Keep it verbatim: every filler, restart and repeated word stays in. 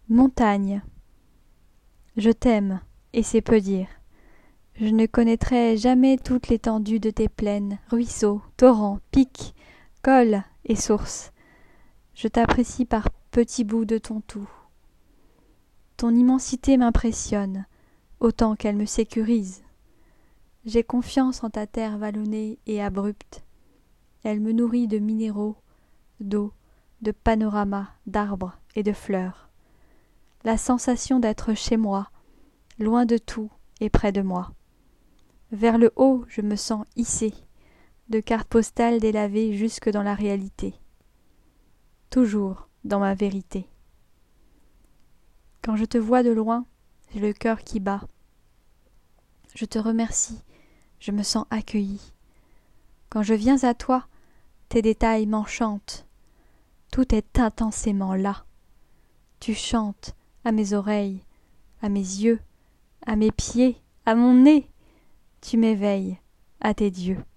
Montagne, je t'aime, et c'est peu dire. Je ne connaîtrai jamais toute l'étendue de tes plaines, ruisseaux, torrents, pics, cols et sources. Je t'apprécie par petits bouts de ton tout. Ton immensité m'impressionne, autant qu'elle me sécurise. J'ai confiance en ta terre vallonnée et abrupte. Elle me nourrit de minéraux, d'eau, de panoramas, d'arbres et de fleurs. La sensation d'être chez moi, loin de tout et près de moi. Vers le haut, je me sens hissée, de cartes postales délavées jusque dans la réalité. Toujours dans ma vérité. Quand je te vois de loin, j'ai le cœur qui bat. Je te remercie, je me sens accueillie. Quand je viens à toi, tes détails m'enchantent. Tout est intensément là. Tu chantes à mes oreilles, à mes yeux, à mes pieds, à mon nez. Tu m'éveilles à tes dieux.